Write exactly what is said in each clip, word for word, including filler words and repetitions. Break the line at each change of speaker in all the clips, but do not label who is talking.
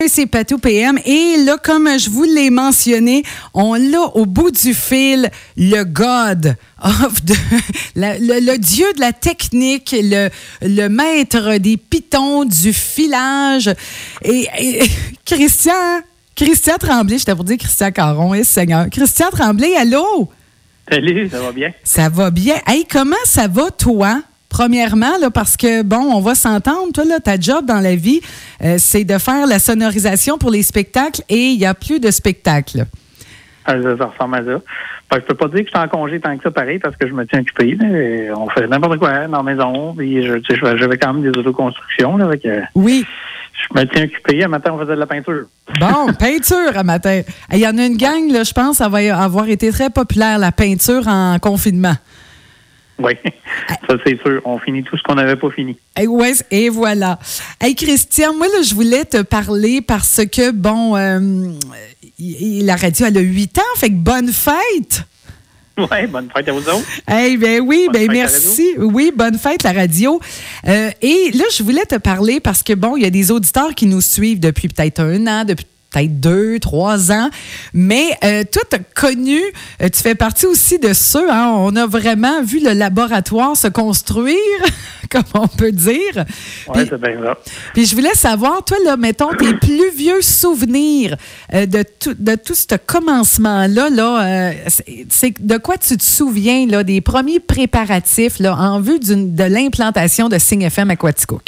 C'est Patou P M. Et là, comme je vous l'ai mentionné, on l'a au bout du fil, le God of the, la, le, le dieu de la technique, le, le maître des pitons, du filage. Et, et Christian, Christian Tremblay, j'étais pour dire Christian Caron, et Seigneur. Christian Tremblay, allô?
Salut, ça va bien?
Ça va bien. Hey, comment ça va, toi? Premièrement, là, parce que, bon, on va s'entendre, toi, là, ta job dans la vie, euh, c'est de faire la sonorisation pour les spectacles et il n'y a plus de spectacles.
Ah, ça, ça ressemble à ça. Ben, je peux pas dire que je suis en congé tant que ça, pareil, parce que je me tiens occupé. Là, on fait n'importe quoi dans la maison. Puis je, tu sais, j'avais quand même des autoconstructions. Là, avec,
oui.
Je me tiens occupé. Un matin, on faisait de la peinture.
Bon, peinture à matin. Il y en a une gang, là, je pense, ça va avoir été très populaire, la peinture en confinement.
Oui, ça c'est sûr. On finit tout ce qu'on n'avait pas fini.
Et, ouais, et voilà. Hey Christian, moi là, je voulais te parler parce que, bon, euh, la radio, elle a huit ans, fait que bonne fête!
Oui, bonne fête à vous autres.
Hey, ben oui,
bonne
ben merci. Oui, bonne fête, la radio. Euh, et là, je voulais te parler parce que, bon, il y a des auditeurs qui nous suivent depuis peut-être un an, depuis peut-être deux, trois ans. Mais euh, toi, tu as connu, euh, tu fais partie aussi de ceux, hein, on a vraiment vu le laboratoire se construire, comme on peut dire.
Oui, c'est bien ça.
Puis je voulais savoir, toi, là, mettons, tes plus vieux souvenirs euh, de, tout, de tout ce commencement-là, là, euh, c'est, c'est de quoi tu te souviens, là, des premiers préparatifs là, en vue d'une, de l'implantation de Signe F M à Quaticook?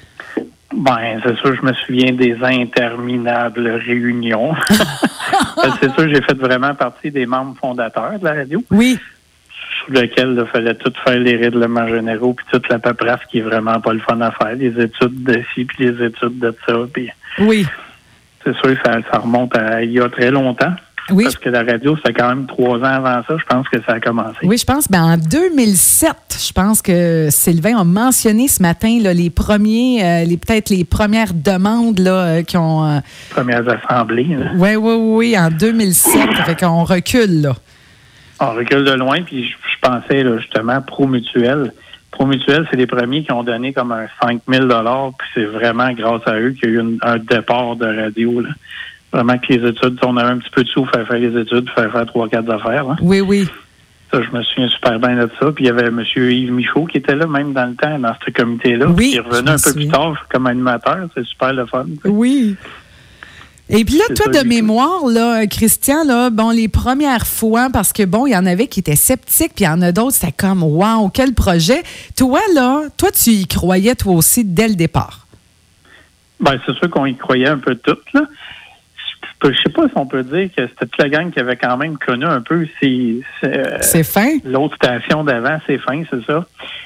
Ben, c'est sûr, je me souviens des interminables réunions. C'est sûr, j'ai fait vraiment partie des membres fondateurs de la radio.
Oui.
Sous lequel il fallait tout faire les règlements généraux puis toute la paperasse qui est vraiment pas le fun à faire, les études de ci puis les études de ça. Puis
oui.
C'est sûr, ça, ça remonte à il y a très longtemps.
Oui.
Parce que la radio, c'était quand même trois ans avant ça, je pense que ça a commencé.
Oui, je pense. Ben, en deux mille sept, je pense que Sylvain a mentionné ce matin là, les premiers, euh, les peut-être les premières demandes là, qui ont. Euh...
Premières assemblées.
Oui, oui, oui, en deux mille sept. Fait qu'on recule, là.
On recule de loin, puis je, je pensais là, justement Promutuel. Promutuel, c'est les premiers qui ont donné comme un cinq mille dollars, puis c'est vraiment grâce à eux qu'il y a eu une, un départ de radio, là. Vraiment que les études, on avait un petit peu de sous, faire faire les études, faire faire trois, quatre affaires. Hein.
Oui, oui.
Ça, je me souviens super bien de ça. Puis il y avait M. Yves Michaud qui était là, même dans le temps, dans ce comité-là.
Oui.
Puis il revenait un peu plus tard comme animateur. C'est super le fun. T'sais.
Oui. Et puis là,
c'est
toi,
ça,
de mémoire, là, Christian, là, bon, les premières fois, parce que bon, il y en avait qui étaient sceptiques, puis il y en a d'autres, c'était comme, wow, quel projet. Toi, là, toi, tu y croyais, toi aussi, dès le départ.
Bien, c'est sûr qu'on y croyait un peu toutes, là. Je sais pas si on peut dire que c'était toute la gang qui avait quand même connu un peu ces,
c'est, c'est fin.
L'autre station d'avant, c'est fin, c'est ça.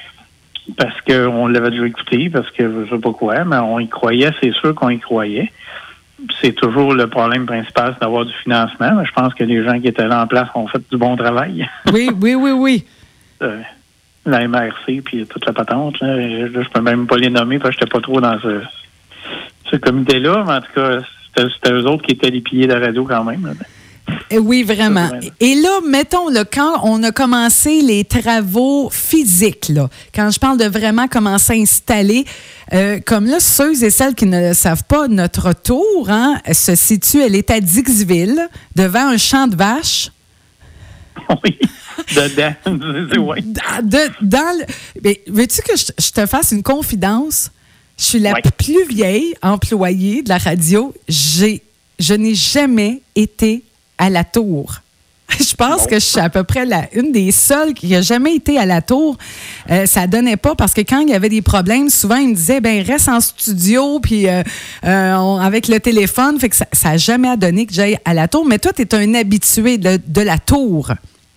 Parce qu'on l'avait déjà écouté, parce que je sais pas quoi, mais on y croyait, c'est sûr qu'on y croyait. C'est toujours le problème principal, c'est d'avoir du financement. Mais je pense que les gens qui étaient là en place ont fait du bon travail.
Oui, oui, oui, oui.
euh, la M R C, puis toute la patente, là, je, je peux même pas les nommer parce que j'étais pas trop dans ce, ce comité-là, mais en tout cas, C'était, c'était eux autres qui étaient les piliers de la radio quand même. Là.
Oui, vraiment. Et là, mettons, là, quand on a commencé les travaux physiques, là, quand je parle de vraiment commencer à installer, euh, comme là, ceux et celles qui ne le savent pas, notre tour hein, se situe, elle est à Dixville, devant un champ de vaches.
Oui, dedans. Oui.
De, dans le, mais veux-tu que je, je te fasse une confidence? Je suis la
ouais.
plus vieille employée de la radio. J'ai, je n'ai jamais été à la tour. Je pense bon. que je suis à peu près la, une des seules qui n'a jamais été à la tour. Euh, ça donnait pas parce que quand il y avait des problèmes, souvent ils me disaient ben reste en studio puis euh, euh, on, avec le téléphone. Fait que ça n'a jamais donné que j'aille à la tour. Mais toi, tu es un habitué de, de la tour.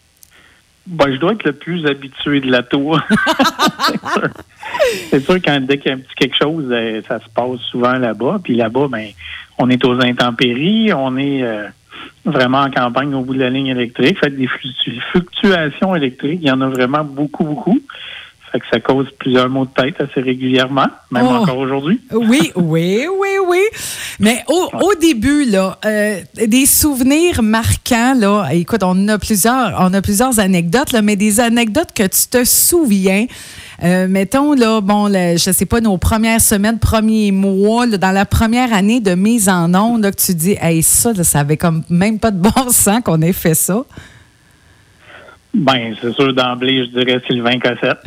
Ben, je dois être le plus habitué de la tour. c'est sûr, c'est sûr quand dès qu'il y a un petit quelque chose, ça se passe souvent là-bas. Puis là-bas, ben, on est aux intempéries, on est euh, vraiment en campagne au bout de la ligne électrique. Fait que des fluctuations électriques, il y en a vraiment beaucoup, beaucoup. Fait Fait que ça cause plusieurs maux de tête assez régulièrement, même oh. encore aujourd'hui.
Oui, oui, oui, oui. Mais au, ouais. au début, là, euh, des souvenirs marquants, là, écoute, on a plusieurs, on a plusieurs anecdotes, là, mais des anecdotes que tu te souviens. Euh, mettons, là, bon, le, je sais pas, nos premières semaines, premiers mois, là, dans la première année de mise en onde, là, que tu dis, hey, ça, là, ça avait comme même pas de bon sens qu'on ait fait ça.
Ben, c'est sûr, d'emblée, je dirais Sylvain Cossette.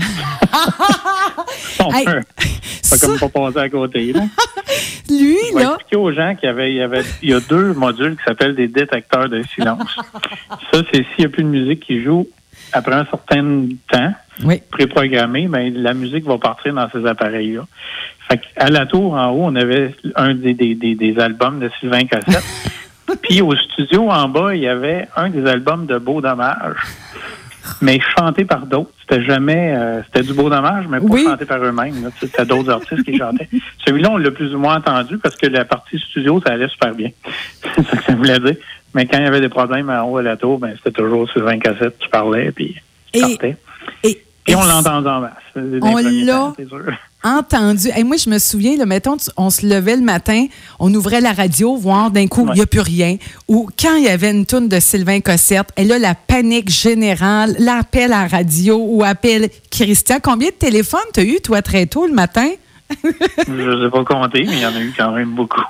On hey, peut pas comme pas passer à côté, là.
Lui,
je vais
là.
expliquer aux gens qu'il y avait, il y avait, il y a deux modules qui s'appellent des détecteurs de silence. Ça, c'est s'il n'y a plus de musique qui joue après un certain temps, oui. préprogrammé, ben, la musique va partir dans ces appareils-là. Fait qu'à la tour, en haut, on avait un des, des, des, des albums de Sylvain Cossette. Puis au studio, en bas, il y avait un des albums de Beau Dommage, mais chanté par d'autres. C'était jamais... Euh, c'était du Beau Dommage, mais pas oui. chanté par eux-mêmes. Là. C'était d'autres artistes qui chantaient. Celui-là, on l'a plus ou moins entendu parce que la partie studio, ça allait super bien. C'est ça que ça voulait dire. Mais quand il y avait des problèmes en haut à la tour, ben c'était toujours Sylvain Cossette qui parlait, puis qui partait. Et, et on l'entendait en masse.
On l'a entendu. Et moi, je me souviens, là, mettons, on se levait le matin, on ouvrait la radio, voir d'un coup, il ouais. n'y a plus rien. Ou quand il y avait une toune de Sylvain Cossette, et là, la panique générale, l'appel à la radio ou appel Christian. Combien de téléphones t'as eu, toi, très tôt le matin?
Je ne sais pas compter, mais il y en a eu quand même beaucoup.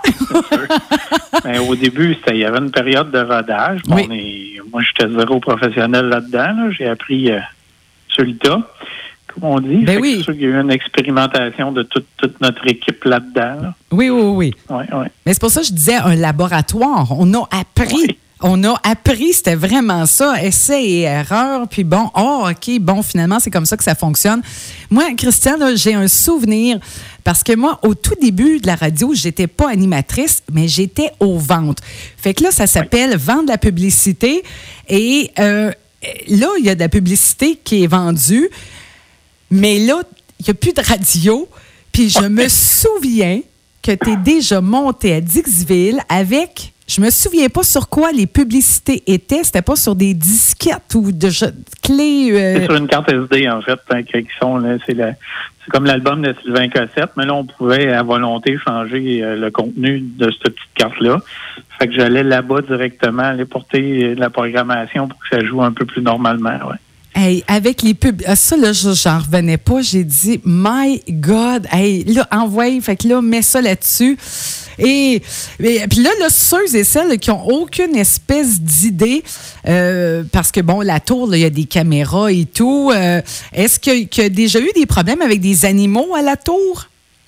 Mais au début, il y avait une période de rodage. Bon, oui. on est, moi, j'étais zéro professionnel là-dedans. Là. J'ai appris euh, sur le tas, comme on dit.
Ben oui.
C'est sûr qu'il y a eu une expérimentation de toute, toute notre équipe là-dedans. Là.
Oui, oui, oui.
Ouais, ouais.
Mais c'est pour ça que je disais un laboratoire. On a appris. Oui. On a appris, c'était vraiment ça, essai et erreur, puis bon, oh, OK, bon, finalement, c'est comme ça que ça fonctionne. Moi, Christian, là, j'ai un souvenir, parce que moi, au tout début de la radio, j'étais pas animatrice, mais j'étais aux ventes. Fait que là, ça s'appelle vendre la publicité, et euh, là, il y a de la publicité qui est vendue, mais là, il n'y a plus de radio, puis je me souviens que tu es déjà monté à Dixville avec... Je me souviens pas sur quoi les publicités étaient. C'était pas sur des disquettes ou de je, clés. Euh...
C'est sur une carte S D, en fait, hein, qui sont là. C'est, la, c'est comme l'album de Sylvain Cossette, mais là, on pouvait à volonté changer euh, le contenu de cette petite carte-là. Fait que j'allais là-bas directement, aller porter la programmation pour que ça joue un peu plus normalement, ouais.
Hey, avec les pubs, ça, là, j'en revenais pas. J'ai dit, my God, hey, là, envoie, fait que là, mets ça là-dessus. Et, et puis là, là, ceux et celles qui n'ont aucune espèce d'idée, euh, parce que, bon, la tour, il y a des caméras et tout. Euh, est-ce qu'il y a déjà eu des problèmes avec des animaux à la tour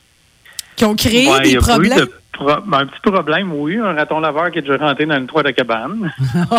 qui ont créé
ouais,
des problèmes?
De pro- un petit problème, oui. Un raton laveur qui est déjà rentré dans une toit de cabane.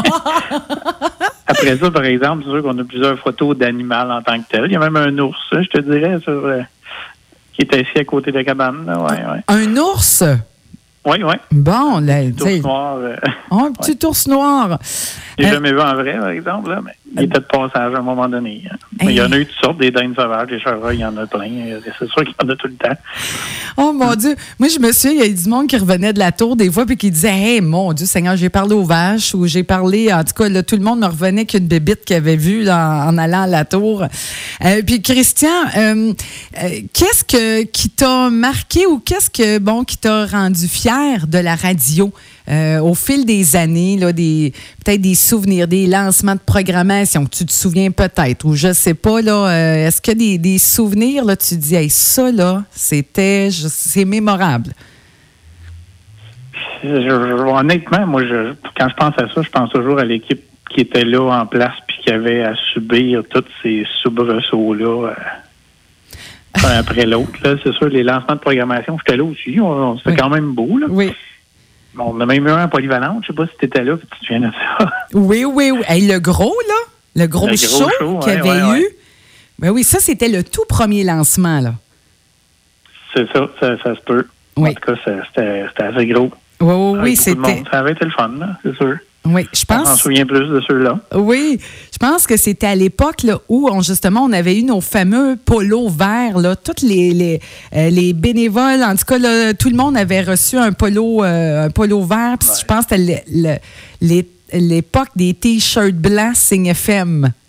Après ça, par exemple, c'est sûr qu'on a plusieurs photos d'animaux en tant que tel. Il y a même un ours, je te dirais, sur, euh, qui est assis à côté de la cabane. Là. Ouais, ouais.
Un ours?
Oui, oui.
Bon, là,
un petit ours noir. Euh,
un petit ouais. ours noir.
Je l'ai
euh,
jamais vu en vrai, par exemple, là, mais il était de passage à un moment donné. Hein. Mais hey. Il y en a eu toutes sortes, des dindes sauvages, des chevreuils, il y en a plein. C'est sûr qu'il y en a tout le temps.
Oh mon Dieu! Moi, je me souviens, il y a du monde qui revenait de la tour des fois puis qui disait, hey, mon Dieu Seigneur, j'ai parlé aux vaches ou j'ai parlé, en tout cas, là, tout le monde me revenait qu'une bébite qu'il avait vue là, en allant à la tour. Euh, puis Christian, euh, euh, qu'est-ce que qui t'a marqué ou qu'est-ce que bon qui t'a rendu fier de la radio euh, au fil des années, là, des peut-être des souvenirs, des lancements de programmation que tu te souviens peut-être ou je sais pas là. Euh, est-ce que des, des souvenirs là, tu dis, hey, ça là, c'était je, c'est mémorable.
Je, je, honnêtement, moi, je, quand je pense à ça, je pense toujours à l'équipe qui était là en place puis qui avait à subir tous ces soubresauts-là euh, un après l'autre. Là. C'est sûr, les lancements de programmation, j'étais là aussi. On, on, c'était oui. quand même beau. Là.
Oui.
Bon, on a même eu un polyvalent. Je sais pas si tu étais là, tu te souviens de ça.
Oui, oui, oui. Hey, le gros, là, le gros, le show, gros show qu'il y ouais, avait ouais, eu. Ouais. Ben oui, ça, c'était le tout premier lancement, là.
C'est ça, ça, ça se peut. Oui. En tout cas, c'était, c'était assez gros.
Oui, oui, oui, c'était...
Ça avait été le fun, là, c'est sûr.
Oui, je pense...
On s'en souvient plus de ceux-là.
Oui, je pense que c'était à l'époque là, où, on, justement, on avait eu nos fameux polos verts, là. Toutes les, les, euh, les bénévoles, en tout cas, là, tout le monde avait reçu un polo, euh, un polo vert. Puis ouais. Je pense que c'était le, le, les, l'époque des T-shirts blancs Signe F M.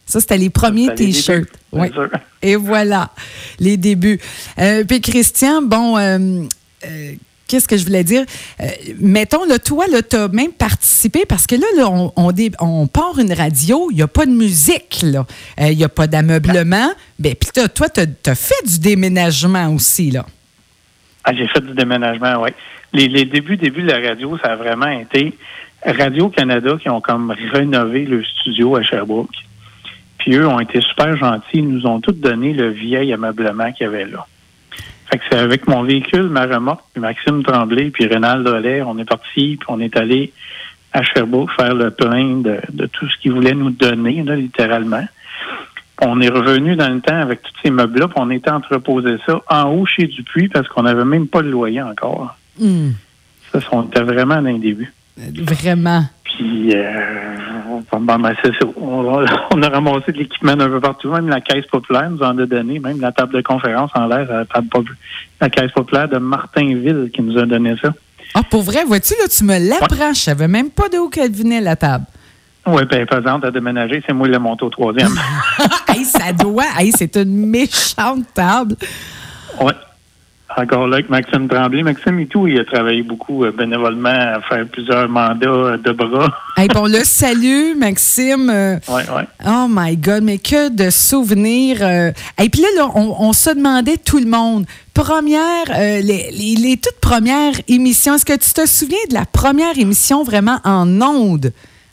Ça, c'était les premiers
c'était
T-shirts. Oui. Et voilà, les débuts. Euh, puis Christian, bon, euh, euh, qu'est-ce que je voulais dire? Euh, mettons, là, toi, tu as même participé, parce que là, là on, on, dé, on part une radio, il n'y a pas de musique, là. Il euh, n'y a pas d'ameublement. Ben, puis toi, tu as fait du déménagement aussi, là.
Ah, j'ai fait du déménagement, oui. Les, les débuts, débuts de la radio, ça a vraiment été Radio-Canada qui ont comme rénové le studio à Sherbrooke. Puis eux ont été super gentils. Ils nous ont tous donné le vieil ameublement qu'il y avait là. Fait que c'est avec mon véhicule, ma remorque, puis Maxime Tremblay, puis Rénal Dollet, on est parti, puis on est allé à Sherbrooke faire le plein de, de tout ce qu'ils voulaient nous donner, là, littéralement. On est revenu dans le temps avec tous ces meubles-là, puis on était entreposé ça en haut chez Dupuis parce qu'on n'avait même pas le loyer encore.
Mm.
Ça, on était vraiment dans les débuts.
Vraiment.
Puis, euh, bon, ben, c'est ça. On, on a ramassé de l'équipement d'un peu partout. Même la Caisse populaire nous en a donné. Même la table de conférence en l'air, la, table populaire, la Caisse populaire de Martinville qui nous a donné ça.
Ah, pour vrai? Vois-tu, là, tu me l'apprends. Ouais. Je savais même pas d'où qu'elle venait, la table.
Oui, bien, pesante à déménager. C'est moi qui l'ai monté au troisième.
Hey, ça doit. Hey, c'est une méchante table.
Oui. Encore là avec Maxime Tremblay. Maxime et tout, il a travaillé beaucoup euh, bénévolement à faire plusieurs mandats euh, de bras.
Hey, bon, le salut, Maxime. Euh,
oui, oui.
Oh my God, mais que de souvenirs. Euh. Et puis là, là on, on se demandait tout le monde. Première, euh, les, les, les toutes premières émissions. Est-ce que tu te souviens de la première émission vraiment en ondes?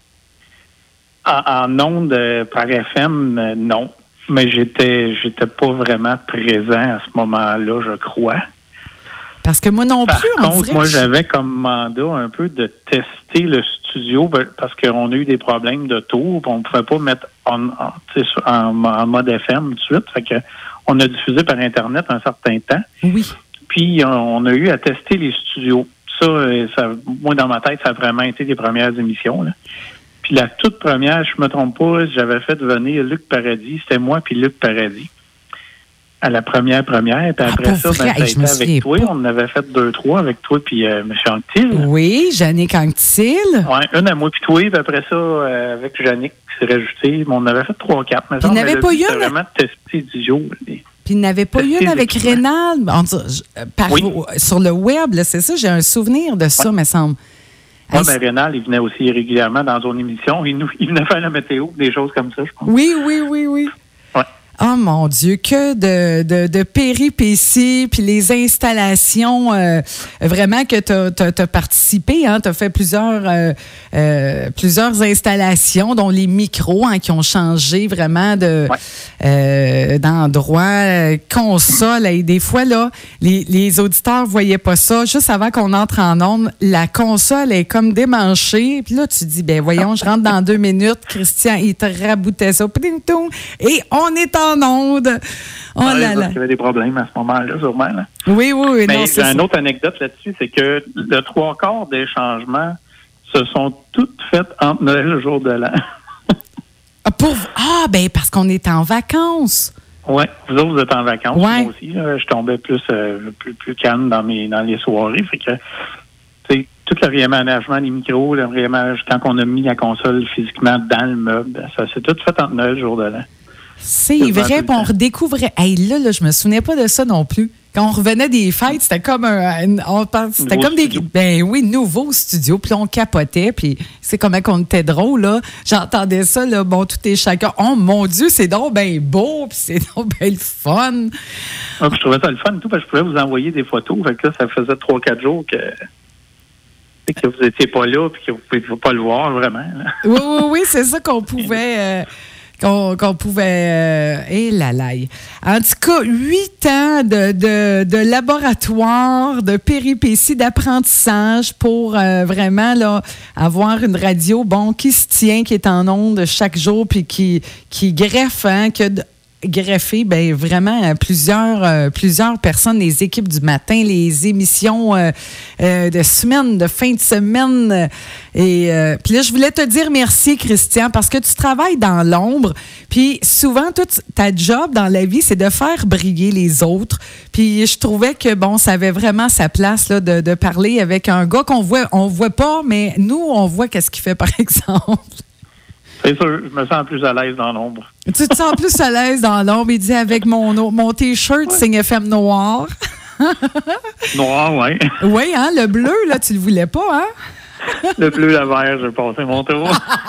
En, en ondes euh, par F M, euh, non. Mais j'étais j'étais pas vraiment présent à ce moment-là, je crois.
Parce que moi non
Par
plus,
contre,
en vrai,
moi, j'avais comme mandat un peu de tester le studio parce qu'on a eu des problèmes de tour. On ne pouvait pas mettre en, en, en, en mode F M tout de suite. Fait que on a diffusé par Internet un certain temps.
Oui.
Puis, on a eu à tester les studios. Ça, ça moi, dans ma tête, ça a vraiment été les premières émissions, là. Puis la toute première, je me trompe pas, j'avais fait venir Luc Paradis. C'était moi puis Luc Paradis. À la première première. Puis après ah, ça, ben, ça a été avec toi. Pas. On en avait fait deux, trois avec toi puis euh, M. Anctil.
Oui, Jannick Anctil.
Oui, une à moi puis toi. Puis après ça, euh, avec Jannick qui s'est rajouté. On en avait fait trois, quatre. Mais
puis il n'avait pas eu une...
vraiment testé du jour.
Puis il n'avait pas eu une avec Rénal. Par... Oui. Sur le web, là, c'est ça, j'ai un souvenir de ça, oui. me semble.
Oui, mais Rénal, il venait aussi régulièrement dans son émission. Il, nous, il venait faire la météo, des choses comme ça, je pense.
Oui, oui, oui, oui.
Ouais.
Oh mon Dieu, que de, de, de péripéties, puis les installations, euh, vraiment que tu as participé, hein, tu as fait plusieurs, euh, euh, plusieurs installations, dont les micros hein, qui ont changé vraiment de ouais. euh, d'endroit, console, et des fois, là, les, les auditeurs ne voyaient pas ça. Juste avant qu'on entre en onde, la console est comme démanchée, puis là, tu dis, ben voyons, je rentre dans deux minutes, Christian, il te raboutait ça, et on est en onde. Oh
ouais,
là là.
Il y avait des problèmes à ce moment-là, sûrement. Là.
Oui, oui, oui.
Mais j'ai une autre anecdote là-dessus, c'est que le trois quarts des changements se sont toutes faites entre Noël et le jour de l'an.
ah, pour... ah, ben parce qu'on est en vacances.
Oui, vous autres, vous êtes en vacances.
Ouais.
Moi aussi, là, je tombais plus, euh, plus, plus calme dans, mes, dans les soirées. Fait que, tu tout le réaménagement des micros, le réaménagement, quand on a mis la console physiquement dans le meuble, ça s'est tout fait entre Noël et le jour de l'an.
C'est vrai, on redécouvrait. Hey, là, là, je me souvenais pas de ça non plus. Quand on revenait des fêtes, c'était comme un, on pense, c'était comme des, studio. ben oui, nouveaux studios. Puis on capotait. Puis c'est comment qu'on était drôle là. J'entendais ça là. Bon, tout est chacun. Oh mon Dieu, c'est donc ben beau. Puis c'est donc ben le fun.
Ah, puis je trouvais ça le fun tout parce que je pouvais vous envoyer des photos. Fait que là, ça faisait trois, quatre jours que. que vous n'étiez pas là puis que vous ne pouvez pas le voir vraiment. Là.
Oui, oui, oui, c'est ça qu'on pouvait. Euh, Qu'on, qu'on pouvait... Euh, et la laille. En tout cas, huit ans de, de, de laboratoire, de péripéties, d'apprentissage pour euh, vraiment là, avoir une radio bon, qui se tient, qui est en onde chaque jour, puis qui, qui greffe, hein, que de, greffer ben, vraiment plusieurs, euh, plusieurs personnes, les équipes du matin, les émissions euh, euh, de semaine, de fin de semaine. Et euh, puis là, je voulais te dire merci, Christian, parce que tu travailles dans l'ombre. Puis souvent, toute ta job dans la vie, c'est de faire briller les autres. Puis je trouvais que, bon, ça avait vraiment sa place là, de, de parler avec un gars qu'on voit, on voit pas, mais nous, on voit qu'est-ce qu'il fait, par exemple.
C'est sûr, je me sens plus à l'aise dans l'ombre.
Tu te sens plus à l'aise dans l'ombre. Il dit avec mon, mon T-shirt ouais. Signe F M noir.
Noir, oui.
Oui, hein, le bleu, là, tu le voulais pas, hein?
Le bleu, le vert, j'ai passé mon tour.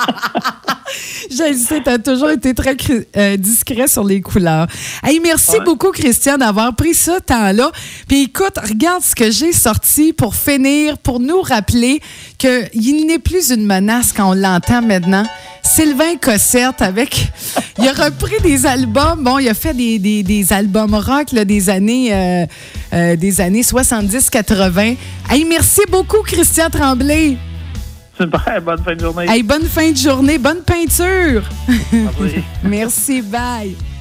Je sais, tu as toujours été très euh, discret sur les couleurs. Hey, merci ouais. beaucoup, Christian, d'avoir pris ce temps-là. Puis écoute, regarde ce que j'ai sorti pour finir, pour nous rappeler qu'il n'est plus une menace quand on l'entend maintenant. Sylvain Cossette avec... Il a repris des albums. Bon, il a fait des, des, des albums rock là, des années euh, euh, des années soixante-dix quatre-vingt. Hey, merci beaucoup, Christian Tremblay.
Super, bonne fin de journée.
Hey, bonne fin de journée, bonne peinture.
Merci.
Merci, bye.